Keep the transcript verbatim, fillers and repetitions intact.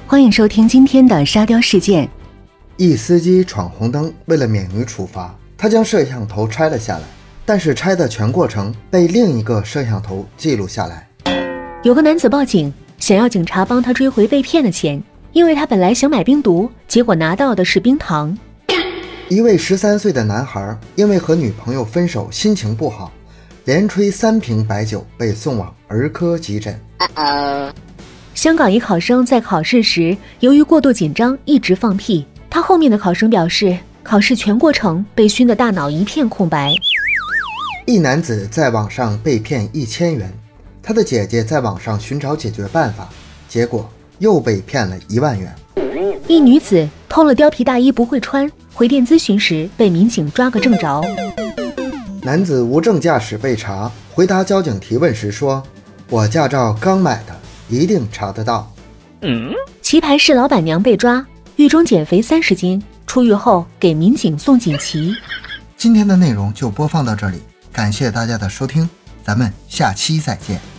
欢迎收听今天的沙雕事件。 一司机闯红灯，为了免于处罚，他将摄像头拆了下来，但是拆的全过程被另一个摄像头记录下来。 有个男子报警，想要警察帮他追回被骗的钱，因为他本来想买冰毒，结果拿到的是冰糖。 一位十三岁的男孩因为和女朋友分手，心情不好，连吹三瓶白酒，被送往儿科急诊。 香港一考生在考试时由于过度紧张一直放屁，他后面的考生表示考试全过程被熏得大脑一片空白。 一男子在网上被骗一千元，他的姐姐在网上寻找解决办法，结果又被骗了一万元。 一女子偷了貂皮大衣不会穿，回电咨询时被民警抓个正着。 男子无证驾驶被查，回答交警提问时说，我驾照刚买的，一定查得到。 嗯，棋牌室老板娘被抓，狱中减肥三十斤，出狱后给民警送锦旗。 今天的内容就播放到这里，感谢大家的收听，咱们下期再见。